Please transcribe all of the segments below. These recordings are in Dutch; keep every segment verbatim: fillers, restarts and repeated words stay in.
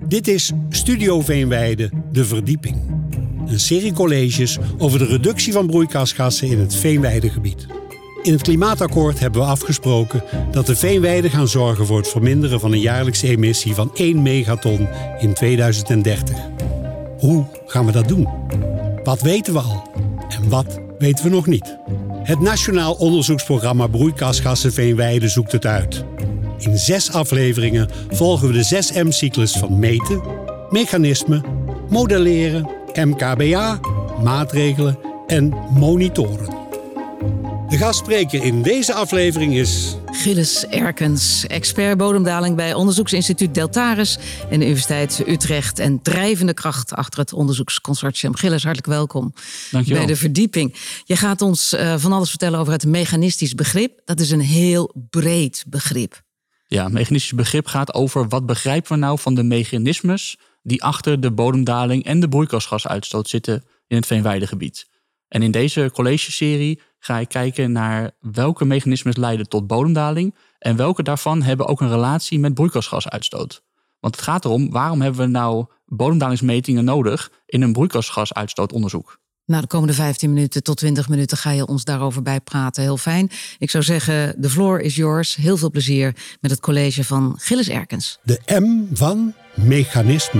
Dit is Studio Veenweide, de verdieping. Een serie colleges over de reductie van broeikasgassen in het Veenweidegebied. In het Klimaatakkoord hebben we afgesproken dat de veenweiden gaan zorgen voor het verminderen van een jaarlijkse emissie van één megaton in tweeduizend dertig. Hoe gaan we dat doen? Wat weten we al? En wat weten we nog niet? Het Nationaal Onderzoeksprogramma Broeikasgassen Veenweide zoekt het uit. In zes afleveringen volgen we de zes M-cyclus van meten, mechanismen, modelleren, M K B A, maatregelen en monitoren. De gastspreker in deze aflevering is Gilles Erkens, expert bodemdaling bij onderzoeksinstituut Deltares en de Universiteit Utrecht en drijvende kracht achter het onderzoeksconsortium. Gilles, hartelijk welkom. Dankjewel. Bij de verdieping. Je gaat ons uh, van alles vertellen over het mechanistisch begrip. Dat is een heel breed begrip. Ja, mechanistisch begrip gaat over wat begrijpen we nou van de mechanismes die achter de bodemdaling en de broeikasgasuitstoot zitten in het Veenweidegebied. En in deze collegeserie ga ik kijken naar welke mechanismes leiden tot bodemdaling en welke daarvan hebben ook een relatie met broeikasgasuitstoot. Want het gaat erom, waarom hebben we nou bodemdalingsmetingen nodig in een broeikasgasuitstootonderzoek? Nou, de komende vijftien minuten tot twintig minuten ga je ons daarover bijpraten. Heel fijn. Ik zou zeggen, the floor is yours. Heel veel plezier met het college van Gilles Erkens. de M van mechanismen.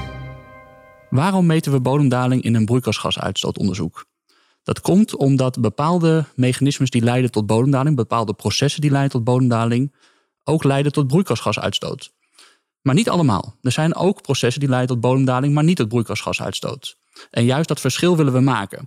Waarom meten we bodemdaling in een broeikasgasuitstootonderzoek? Dat komt omdat bepaalde mechanismes die leiden tot bodemdaling, bepaalde processen die leiden tot bodemdaling, ook leiden tot broeikasgasuitstoot. Maar niet allemaal. Er zijn ook processen die leiden tot bodemdaling, maar niet tot broeikasgasuitstoot. En juist dat verschil willen we maken.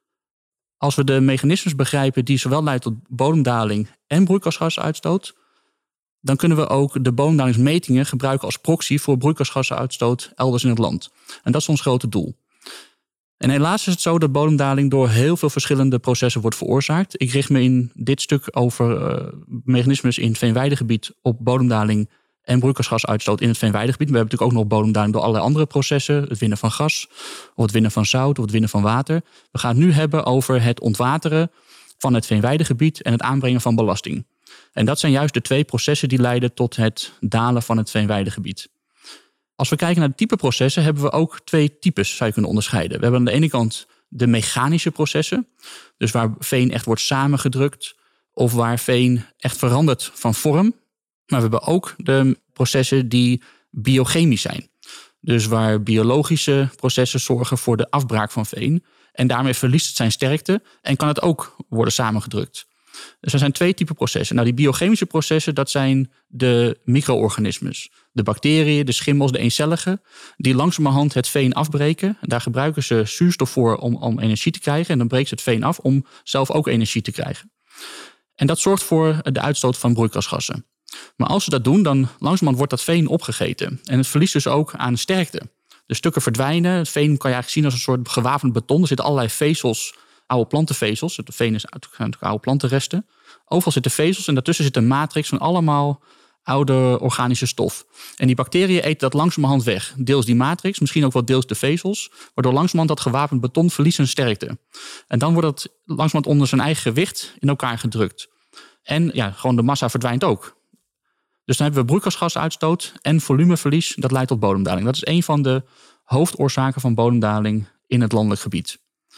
Als we de mechanismes begrijpen die zowel leiden tot bodemdaling en broeikasgasuitstoot, dan kunnen we ook de bodemdalingsmetingen gebruiken als proxy voor broeikasgasuitstoot elders in het land. En dat is ons grote doel. En helaas is het zo dat bodemdaling door heel veel verschillende processen wordt veroorzaakt. Ik richt me in dit stuk over uh, mechanismes in het Veenweidegebied op bodemdaling en broeikasgasuitstoot in het Veenweidegebied. We hebben natuurlijk ook nog bodemdaling door allerlei andere processen. Het winnen van gas, of het winnen van zout, of het winnen van water. We gaan het nu hebben over het ontwateren van het Veenweidegebied en het aanbrengen van belasting. En dat zijn juist de twee processen die leiden tot het dalen van het Veenweidegebied. Als we kijken naar de type processen, hebben we ook twee types, zou je kunnen onderscheiden. We hebben aan de ene kant de mechanische processen, dus waar veen echt wordt samengedrukt of waar veen echt verandert van vorm. Maar we hebben ook de processen die biochemisch zijn. Dus waar biologische processen zorgen voor de afbraak van veen. En daarmee verliest het zijn sterkte en kan het ook worden samengedrukt. Dus er zijn twee typen processen. Nou, die biochemische processen, dat zijn de micro-organismes. De bacteriën, de schimmels, de eencelligen, die langzamerhand het veen afbreken. Daar gebruiken ze zuurstof voor om, om energie te krijgen. En dan breekt ze het veen af om zelf ook energie te krijgen. En dat zorgt voor de uitstoot van broeikasgassen. Maar als ze dat doen, dan langzamerhand wordt dat veen opgegeten. En het verliest dus ook aan sterkte. De stukken verdwijnen. Het veen kan je eigenlijk zien als een soort gewapend beton. Er zitten allerlei vezels, oude plantenvezels. Het veen is natuurlijk oude plantenresten. Overal zitten vezels en daartussen zit een matrix van allemaal oude organische stof. En die bacteriën eten dat langzamerhand weg. Deels die matrix, misschien ook wel deels de vezels. Waardoor langzamerhand dat gewapend beton verliest zijn sterkte. En dan wordt het langzamerhand onder zijn eigen gewicht in elkaar gedrukt. En ja, gewoon de massa verdwijnt ook. Dus dan hebben we broeikasgasuitstoot en volumeverlies. Dat leidt tot bodemdaling. Dat is een van de hoofdoorzaken van bodemdaling in het landelijk gebied.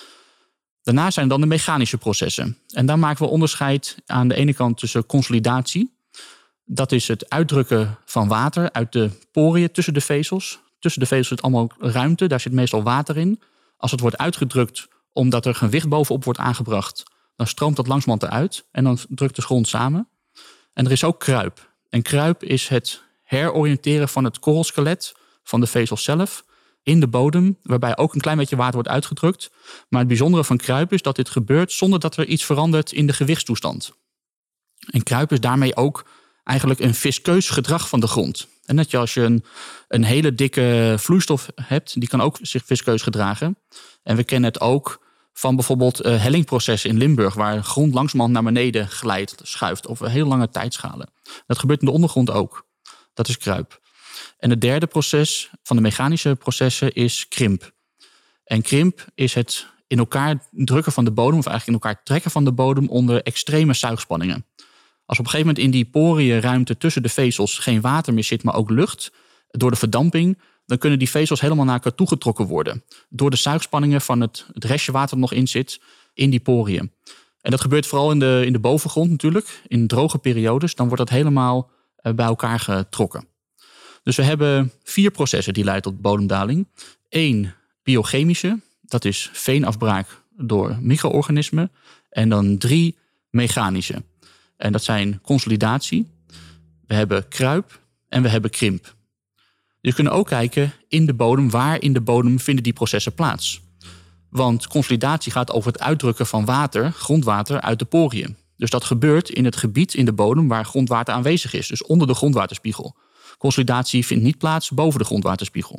Daarna zijn dan de mechanische processen. En daar maken we onderscheid aan de ene kant tussen consolidatie. Dat is het uitdrukken van water uit de poriën tussen de vezels. Tussen de vezels zit allemaal ruimte, daar zit meestal water in. Als het wordt uitgedrukt omdat er gewicht bovenop wordt aangebracht, dan stroomt dat langzamerhand eruit en dan drukt de grond samen. En er is ook kruip. En kruip is het heroriënteren van het korrelskelet van de vezel zelf in de bodem, waarbij ook een klein beetje water wordt uitgedrukt. Maar het bijzondere van kruip is dat dit gebeurt zonder dat er iets verandert in de gewichtstoestand. En kruip is daarmee ook eigenlijk een viskeus gedrag van de grond. En dat je als je een, een hele dikke vloeistof hebt, die kan ook zich viskeus gedragen. En we kennen het ook van bijvoorbeeld uh, hellingprocessen in Limburg, waar de grond langzamerhand naar beneden glijdt, schuift over hele lange tijdschalen. Dat gebeurt in de ondergrond ook. Dat is kruip. En het derde proces van de mechanische processen is krimp. En krimp is het in elkaar drukken van de bodem, of eigenlijk in elkaar trekken van de bodem onder extreme zuigspanningen. Als op een gegeven moment in die poriënruimte tussen de vezels geen water meer zit, maar ook lucht, door de verdamping, dan kunnen die vezels helemaal naar elkaar toegetrokken worden. Door de zuigspanningen van het, het restje water dat nog in zit in die poriën. En dat gebeurt vooral in de, in de bovengrond natuurlijk. In droge periodes, dan wordt dat helemaal uh, bij elkaar getrokken. Dus we hebben vier processen die leiden tot bodemdaling. Eén, biochemische. Dat is veenafbraak door micro-organismen. En dan drie, mechanische. En dat zijn consolidatie. We hebben kruip en we hebben krimp. Dus we kunnen ook kijken in de bodem, waar in de bodem vinden die processen plaats. Want consolidatie gaat over het uitdrukken van water, grondwater, uit de poriën. Dus dat gebeurt in het gebied in de bodem waar grondwater aanwezig is. Dus onder de grondwaterspiegel. Consolidatie vindt niet plaats boven de grondwaterspiegel.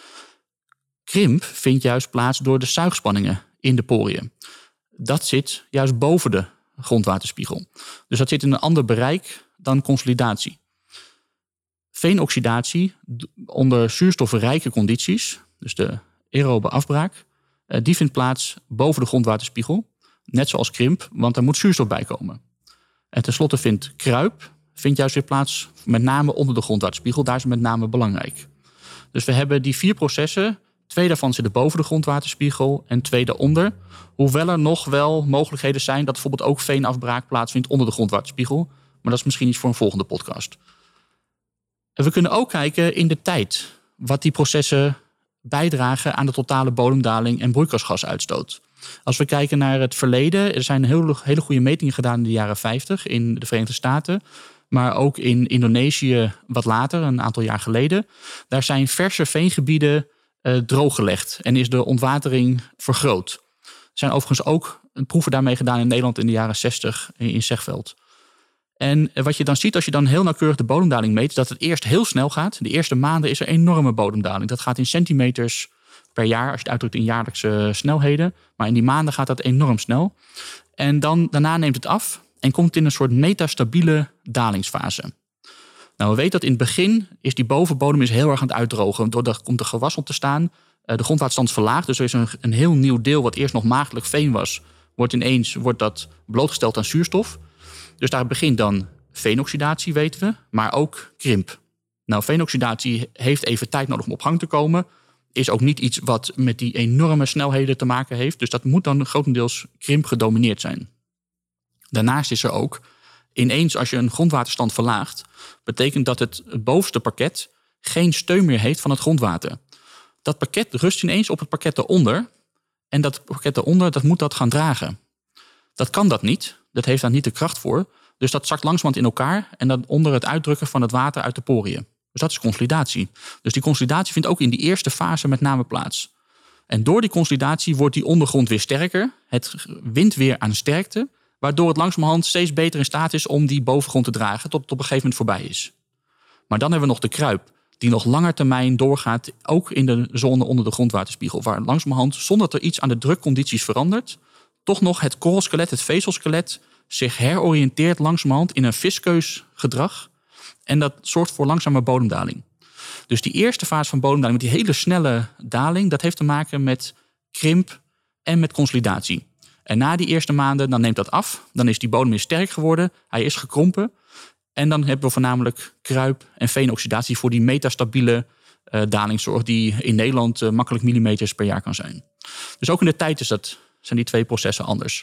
Krimp vindt juist plaats door de zuigspanningen in de poriën. Dat zit juist boven de grondwaterspiegel. Dus dat zit in een ander bereik dan consolidatie. Veenoxidatie onder zuurstofrijke condities, dus de aerobe afbraak, die vindt plaats boven de grondwaterspiegel. Net zoals krimp, want er moet zuurstof bij komen. En tenslotte vindt kruip vindt juist weer plaats met name onder de grondwaterspiegel. Daar is het met name belangrijk. Dus we hebben die vier processen. Twee daarvan zitten boven de grondwaterspiegel en twee daaronder. Hoewel er nog wel mogelijkheden zijn dat bijvoorbeeld ook veenafbraak plaatsvindt onder de grondwaterspiegel. Maar dat is misschien iets voor een volgende podcast. En we kunnen ook kijken in de tijd wat die processen bijdragen aan de totale bodemdaling en broeikasgasuitstoot. Als we kijken naar het verleden, er zijn hele, hele goede metingen gedaan in de jaren vijftig in de Verenigde Staten. Maar ook in Indonesië wat later, een aantal jaar geleden. Daar zijn verse veengebieden uh, drooggelegd en is de ontwatering vergroot. Er zijn overigens ook proeven daarmee gedaan in Nederland in de jaren zestig in Zegveld. En wat je dan ziet als je dan heel nauwkeurig de bodemdaling meet, is dat het eerst heel snel gaat. De eerste maanden is er enorme bodemdaling. Dat gaat in centimeters per jaar, als je het uitdrukt in jaarlijkse snelheden. Maar in die maanden gaat dat enorm snel. En dan, daarna neemt het af en komt in een soort metastabiele dalingsfase. Nou, we weten dat in het begin is die bovenbodem is heel erg aan het uitdrogen. Doordat komt er gewas op te staan. De grondwaterstand is verlaagd. Dus er is een, een heel nieuw deel wat eerst nog maagdelijk veen was. Wordt ineens wordt dat blootgesteld aan zuurstof. Dus daar begint dan veenoxidatie, weten we, maar ook krimp. Nou, veenoxidatie heeft even tijd nodig om op gang te komen. Is ook niet iets wat met die enorme snelheden te maken heeft. Dus dat moet dan grotendeels krimp gedomineerd zijn. Daarnaast is er ook, ineens als je een grondwaterstand verlaagt, betekent dat het bovenste parket geen steun meer heeft van het grondwater. Dat parket rust ineens op het parket eronder. En dat parket eronder, dat moet dat gaan dragen. Dat kan dat niet. Dat heeft daar niet de kracht voor. Dus dat zakt langzamerhand in elkaar. En dan onder het uitdrukken van het water uit de poriën. Dus dat is consolidatie. Dus die consolidatie vindt ook in die eerste fase met name plaats. En door die consolidatie wordt die ondergrond weer sterker. Het wint weer aan sterkte. Waardoor het langzamerhand steeds beter in staat is om die bovengrond te dragen. Tot het op een gegeven moment voorbij is. Maar dan hebben we nog de kruip. Die nog langer termijn doorgaat. Ook in de zone onder de grondwaterspiegel. Waar langzamerhand, zonder dat er iets aan de drukcondities verandert, toch nog het korrelskelet, het vezelskelet, zich heroriënteert langzamerhand in een viskeus gedrag. En dat zorgt voor langzame bodemdaling. Dus die eerste fase van bodemdaling, met die hele snelle daling, dat heeft te maken met krimp en met consolidatie. En na die eerste maanden, dan neemt dat af. Dan is die bodem weer sterk geworden. Hij is gekrompen. En dan hebben we voornamelijk kruip en veenoxidatie voor die metastabiele uh, dalingszorg die in Nederland uh, makkelijk millimeters per jaar kan zijn. Dus ook in de tijd is dat, zijn die twee processen anders.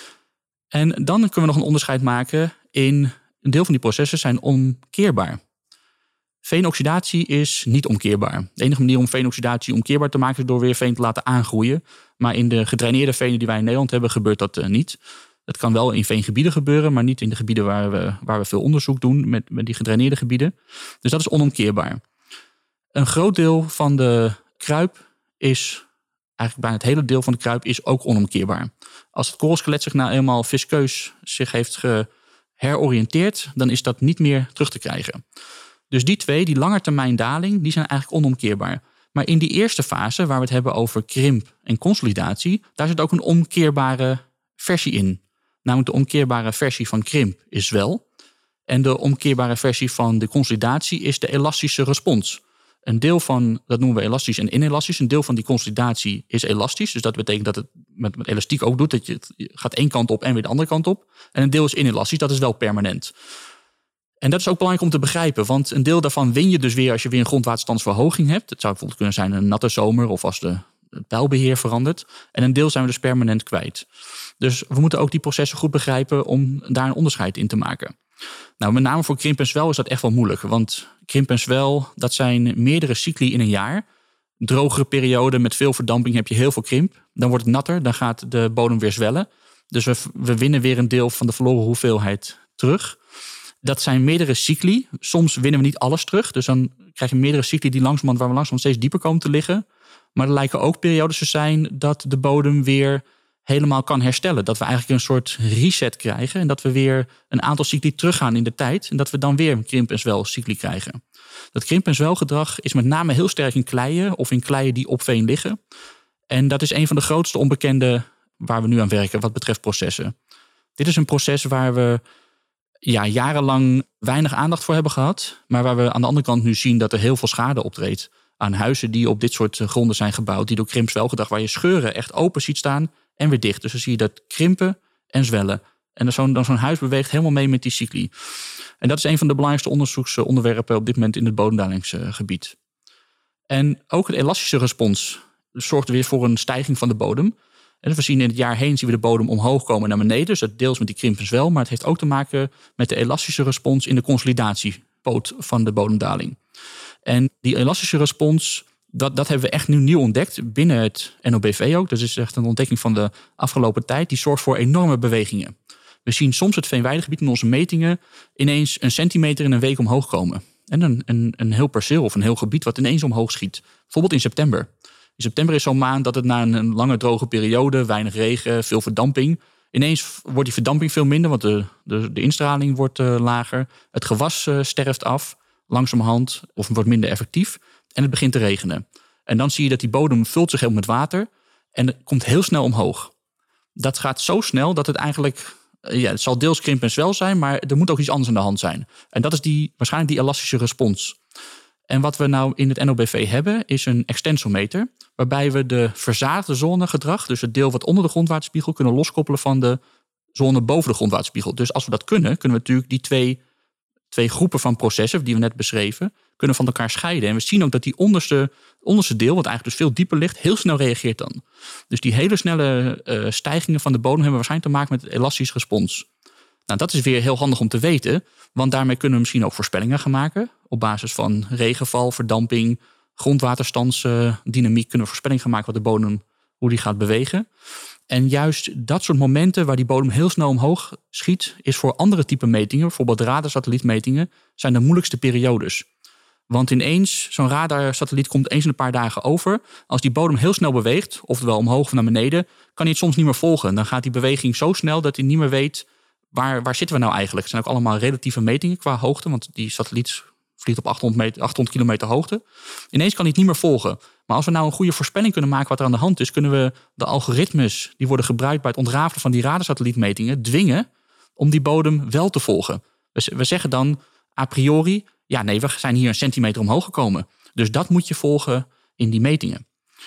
En dan kunnen we nog een onderscheid maken in een deel van die processen zijn omkeerbaar. Veenoxidatie is niet omkeerbaar. De enige manier om veenoxidatie omkeerbaar te maken is door weer veen te laten aangroeien. Maar in de gedraineerde venen die wij in Nederland hebben gebeurt dat uh, niet. Dat kan wel in veengebieden gebeuren, maar niet in de gebieden waar we, waar we veel onderzoek doen met, met die gedraineerde gebieden. Dus dat is onomkeerbaar. Een groot deel van de kruip is, eigenlijk bijna het hele deel van de kruip is ook onomkeerbaar. Als het korrelskelet zich nou eenmaal viskeus zich heeft geheroriënteerd, dan is dat niet meer terug te krijgen. Dus die twee, die langetermijn daling, die zijn eigenlijk onomkeerbaar. Maar in die eerste fase, waar we het hebben over krimp en consolidatie, daar zit ook een omkeerbare versie in. Namelijk de omkeerbare versie van krimp is wel. En de omkeerbare versie van de consolidatie is de elastische respons. Een deel van, dat noemen we elastisch en inelastisch. Een deel van die consolidatie is elastisch. Dus dat betekent dat het met, met elastiek ook doet. Dat je, het gaat één kant op en weer de andere kant op. En een deel is inelastisch, dat is wel permanent. En dat is ook belangrijk om te begrijpen. Want een deel daarvan win je dus weer als je weer een grondwaterstandsverhoging hebt. Het zou bijvoorbeeld kunnen zijn een natte zomer of als de het peilbeheer verandert. En een deel zijn we dus permanent kwijt. Dus we moeten ook die processen goed begrijpen om daar een onderscheid in te maken. Nou, met name voor krimp en zwel is dat echt wel moeilijk. Want krimp en zwel, dat zijn meerdere cycli in een jaar. Drogere periode met veel verdamping heb je heel veel krimp. Dan wordt het natter, dan gaat de bodem weer zwellen. Dus we, we winnen weer een deel van de verloren hoeveelheid terug. Dat zijn meerdere cycli. Soms winnen we niet alles terug. Dus dan krijg je meerdere cycli die langzamerhand, waar we langzaam steeds dieper komen te liggen. Maar er lijken ook periodes te zijn dat de bodem weer helemaal kan herstellen. Dat we eigenlijk een soort reset krijgen. En dat we weer een aantal cycli teruggaan in de tijd. En dat we dan weer een krimp- en zwelcycli krijgen. Dat krimp- en zwelgedrag is met name heel sterk in kleien. Of in kleien die op veen liggen. En dat is een van de grootste onbekende waar we nu aan werken wat betreft processen. Dit is een proces waar we ja, jarenlang weinig aandacht voor hebben gehad. Maar waar we aan de andere kant nu zien dat er heel veel schade optreedt aan huizen die op dit soort gronden zijn gebouwd. Die door krimp-zwelgedrag, waar je scheuren echt open ziet staan en weer dicht. Dus dan zie je dat krimpen en zwellen. En dan zo'n, dan zo'n huis beweegt helemaal mee met die cycli. En dat is een van de belangrijkste onderzoeksonderwerpen op dit moment in het bodemdalingsgebied. En ook het elastische respons zorgt weer voor een stijging van de bodem. En we zien in het jaar heen zien we de bodem omhoog komen en naar beneden. Dus dat deels met die krimp en zwel. Maar het heeft ook te maken met de elastische respons in de consolidatiepoot van de bodemdaling. En die elastische respons, dat, dat hebben we echt nu nieuw ontdekt binnen het N O B V ook. Dat is echt een ontdekking van de afgelopen tijd. Die zorgt voor enorme bewegingen. We zien soms het veenweidegebied in onze metingen ineens een centimeter in een week omhoog komen. En een, een, een heel perceel of een heel gebied wat ineens omhoog schiet. Bijvoorbeeld in september. In september is zo'n maand dat het na een, een lange droge periode, weinig regen, veel verdamping. Ineens wordt die verdamping veel minder, want de, de, de instraling wordt uh, lager. Het gewas uh, sterft af, langzamerhand, of wordt minder effectief. En het begint te regenen. En dan zie je dat die bodem vult zich helemaal met water en het komt heel snel omhoog. Dat gaat zo snel dat het eigenlijk, ja, het zal deels krimp en zwel zijn, maar er moet ook iets anders aan de hand zijn. En dat is die, waarschijnlijk die elastische respons. En wat we nou in het N O B V hebben, is een extensometer, waarbij we de verzadigde zonegedrag, dus het deel wat onder de grondwaterspiegel, kunnen loskoppelen van de zone boven de grondwaterspiegel. Dus als we dat kunnen, kunnen we natuurlijk die twee, twee groepen van processen, die we net beschreven, kunnen van elkaar scheiden. En we zien ook dat die onderste, onderste deel, wat eigenlijk dus veel dieper ligt, heel snel reageert dan. Dus die hele snelle uh, stijgingen van de bodem hebben waarschijnlijk te maken met het elastisch respons. Nou, dat is weer heel handig om te weten, want daarmee kunnen we misschien ook voorspellingen gaan maken. Op basis van regenval, verdamping, grondwaterstandsdynamiek kunnen we voorspellingen gaan maken wat de bodem, hoe die gaat bewegen. En juist dat soort momenten waar die bodem heel snel omhoog schiet, is voor andere type metingen, bijvoorbeeld radarsatellietmetingen, zijn de moeilijkste periodes. Want ineens, zo'n radarsatelliet komt eens in een paar dagen over. Als die bodem heel snel beweegt, oftewel omhoog of naar beneden, kan hij het soms niet meer volgen. Dan gaat die beweging zo snel dat hij niet meer weet, waar, waar zitten we nou eigenlijk? Het zijn ook allemaal relatieve metingen qua hoogte, want die satelliet vliegt op achthonderd, meter, achthonderd kilometer hoogte. Ineens kan hij het niet meer volgen. Maar als we nou een goede voorspelling kunnen maken wat er aan de hand is, kunnen we de algoritmes die worden gebruikt bij het ontrafelen van die radarsatellietmetingen dwingen om die bodem wel te volgen. We, we zeggen dan a priori, ja nee, we zijn hier een centimeter omhoog gekomen. Dus dat moet je volgen in die metingen.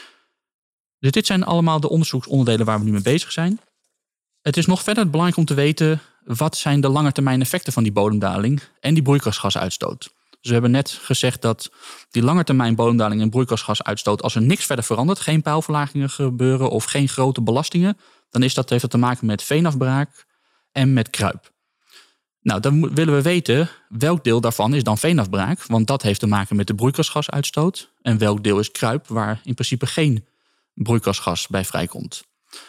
Dus dit zijn allemaal de onderzoeksonderdelen waar we nu mee bezig zijn. Het is nog verder belangrijk om te weten, wat zijn de langetermijn effecten van die bodemdaling en die broeikasgasuitstoot. Dus we hebben net gezegd dat die langetermijn bodemdaling en broeikasgasuitstoot, als er niks verder verandert, geen pijlverlagingen gebeuren of geen grote belastingen, dan is dat, heeft dat te maken met veenafbraak en met kruip. Nou, dan willen we weten welk deel daarvan is dan veenafbraak, want dat heeft te maken met de broeikasgasuitstoot. En welk deel is kruip, waar in principe geen broeikasgas bij vrijkomt.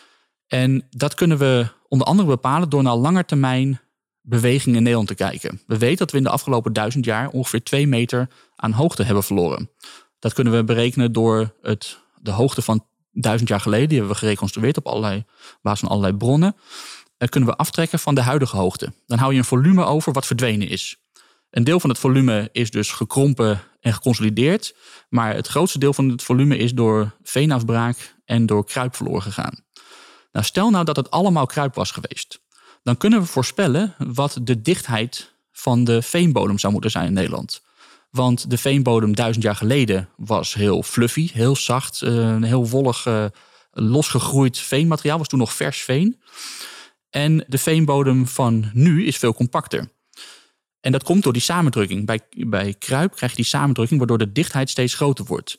En dat kunnen we onder andere bepalen door naar langetermijn beweging in Nederland te kijken. We weten dat we in de afgelopen duizend jaar ongeveer twee meter aan hoogte hebben verloren. Dat kunnen we berekenen door het, de hoogte van duizend jaar geleden. Die hebben we gereconstrueerd op allerlei, basis van allerlei bronnen. Dat kunnen we aftrekken van de huidige hoogte. Dan hou je een volume over wat verdwenen is. Een deel van het volume is dus gekrompen en geconsolideerd. Maar het grootste deel van het volume is door veenafbraak en door kruip verloren gegaan. Nou, stel nou dat het allemaal kruip was geweest. Dan kunnen we voorspellen wat de dichtheid van de veenbodem zou moeten zijn in Nederland. Want de veenbodem duizend jaar geleden was heel fluffy, heel zacht, een heel wollig, uh, losgegroeid veenmateriaal. Was toen nog vers veen. En de veenbodem van nu is veel compacter. En dat komt door die samendrukking. Bij, bij kruip krijg je die samendrukking waardoor de dichtheid steeds groter wordt.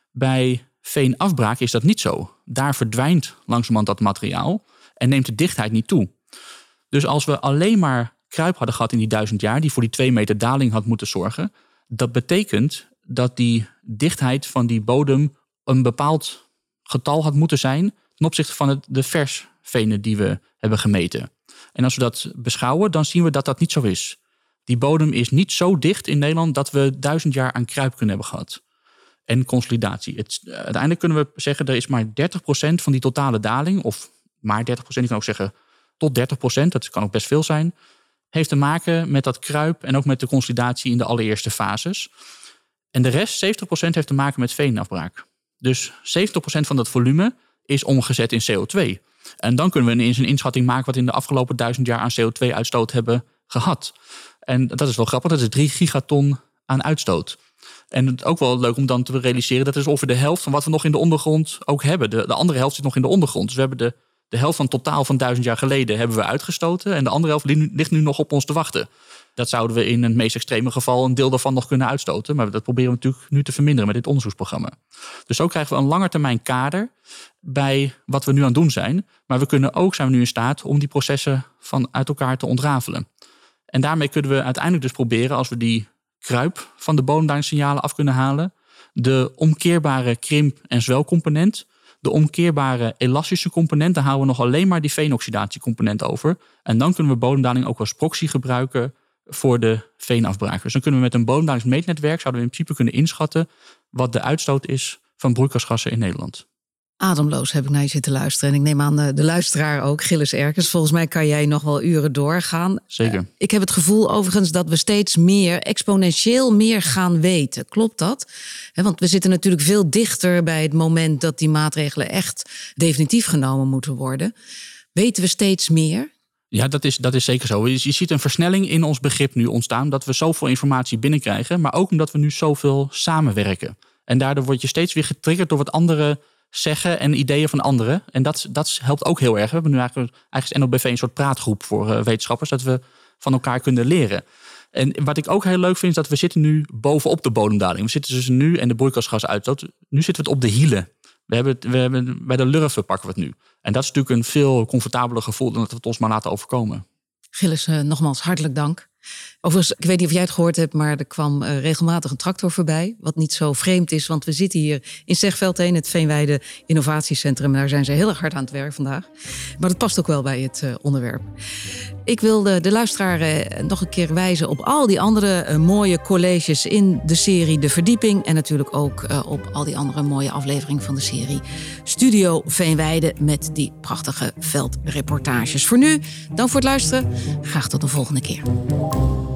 Bij veenafbraak is dat niet zo. Daar verdwijnt langzamerhand dat materiaal en neemt de dichtheid niet toe. Dus als we alleen maar kruip hadden gehad in die duizend jaar, die voor die twee meter daling had moeten zorgen, dat betekent dat die dichtheid van die bodem een bepaald getal had moeten zijn ten opzichte van het, de versvenen die we hebben gemeten. En als we dat beschouwen, dan zien we dat dat niet zo is. Die bodem is niet zo dicht in Nederland dat we duizend jaar aan kruip kunnen hebben gehad. En consolidatie. Het, uiteindelijk kunnen we zeggen, er is maar dertig procent van die totale daling, of maar dertig procent, je kan ook zeggen tot dertig procent, dat kan ook best veel zijn, heeft te maken met dat kruip en ook met de consolidatie in de allereerste fases. En de rest, zeventig procent, heeft te maken met veenafbraak. Dus zeventig procent van dat volume is omgezet in C O twee. En dan kunnen we eens een inschatting maken wat we in de afgelopen duizend jaar aan C O twee uitstoot hebben gehad. En dat is wel grappig, dat is drie gigaton aan uitstoot. En het is ook wel leuk om dan te realiseren, dat is ongeveer de helft van wat we nog in de ondergrond ook hebben. De, de andere helft zit nog in de ondergrond. Dus we hebben de, de helft van het totaal van duizend jaar geleden hebben we uitgestoten. En de andere helft ligt nu nog op ons te wachten. Dat zouden we in het meest extreme geval een deel daarvan nog kunnen uitstoten. Maar dat proberen we natuurlijk nu te verminderen met dit onderzoeksprogramma. Dus zo krijgen we een langetermijn kader bij wat we nu aan het doen zijn. Maar we kunnen ook, zijn we nu in staat om die processen van uit elkaar te ontrafelen. En daarmee kunnen we uiteindelijk dus proberen, als we die kruip van de bodemdalingssignalen af kunnen halen, de omkeerbare krimp- en zwelcomponent, de omkeerbare elastische component, dan houden we nog alleen maar die veenoxidatiecomponent over. En dan kunnen we bodemdaling ook als proxy gebruiken voor de veenafbraak. Dus dan kunnen we met een bodemdalingsmeetnetwerk, zouden we in principe kunnen inschatten wat de uitstoot is van broeikasgassen in Nederland. Ademloos heb ik naar je zitten luisteren. En ik neem aan de, de luisteraar ook, Gilles Erkens. Volgens mij kan jij nog wel uren doorgaan. Zeker. Uh, ik heb het gevoel overigens dat we steeds meer, exponentieel meer gaan weten. Klopt dat? He, want we zitten natuurlijk veel dichter bij het moment dat die maatregelen echt definitief genomen moeten worden. Weten we steeds meer? Ja, dat is, dat is zeker zo. Je ziet een versnelling in ons begrip nu ontstaan, dat we zoveel informatie binnenkrijgen, maar ook omdat we nu zoveel samenwerken. En daardoor word je steeds weer getriggerd door wat andere zeggen en ideeën van anderen. En dat, dat helpt ook heel erg. We hebben nu eigenlijk, eigenlijk is N L B V een soort praatgroep voor uh, wetenschappers, dat we van elkaar kunnen leren. En wat ik ook heel leuk vind, is dat we zitten nu bovenop de bodemdaling. We zitten dus nu, en de broeikasgasuitstoot, nu zitten we het op de hielen. We hebben het, we hebben, bij de lurven pakken we het nu. En dat is natuurlijk een veel comfortabeler gevoel dan dat we het ons maar laten overkomen. Gilles, uh, nogmaals hartelijk dank. Overigens, ik weet niet of jij het gehoord hebt, maar er kwam uh, regelmatig een tractor voorbij. Wat niet zo vreemd is, want we zitten hier in Zegveld heen, het Veenweide Innovatiecentrum. En daar zijn ze heel erg hard aan het werk vandaag. Maar dat past ook wel bij het uh, onderwerp. Ik wil de, de luisteraar uh, nog een keer wijzen op al die andere uh, mooie colleges in de serie De Verdieping. En natuurlijk ook uh, op al die andere mooie afleveringen van de serie Studio Veenweide met die prachtige veldreportages. Voor nu, dank voor het luisteren. Graag tot de volgende keer.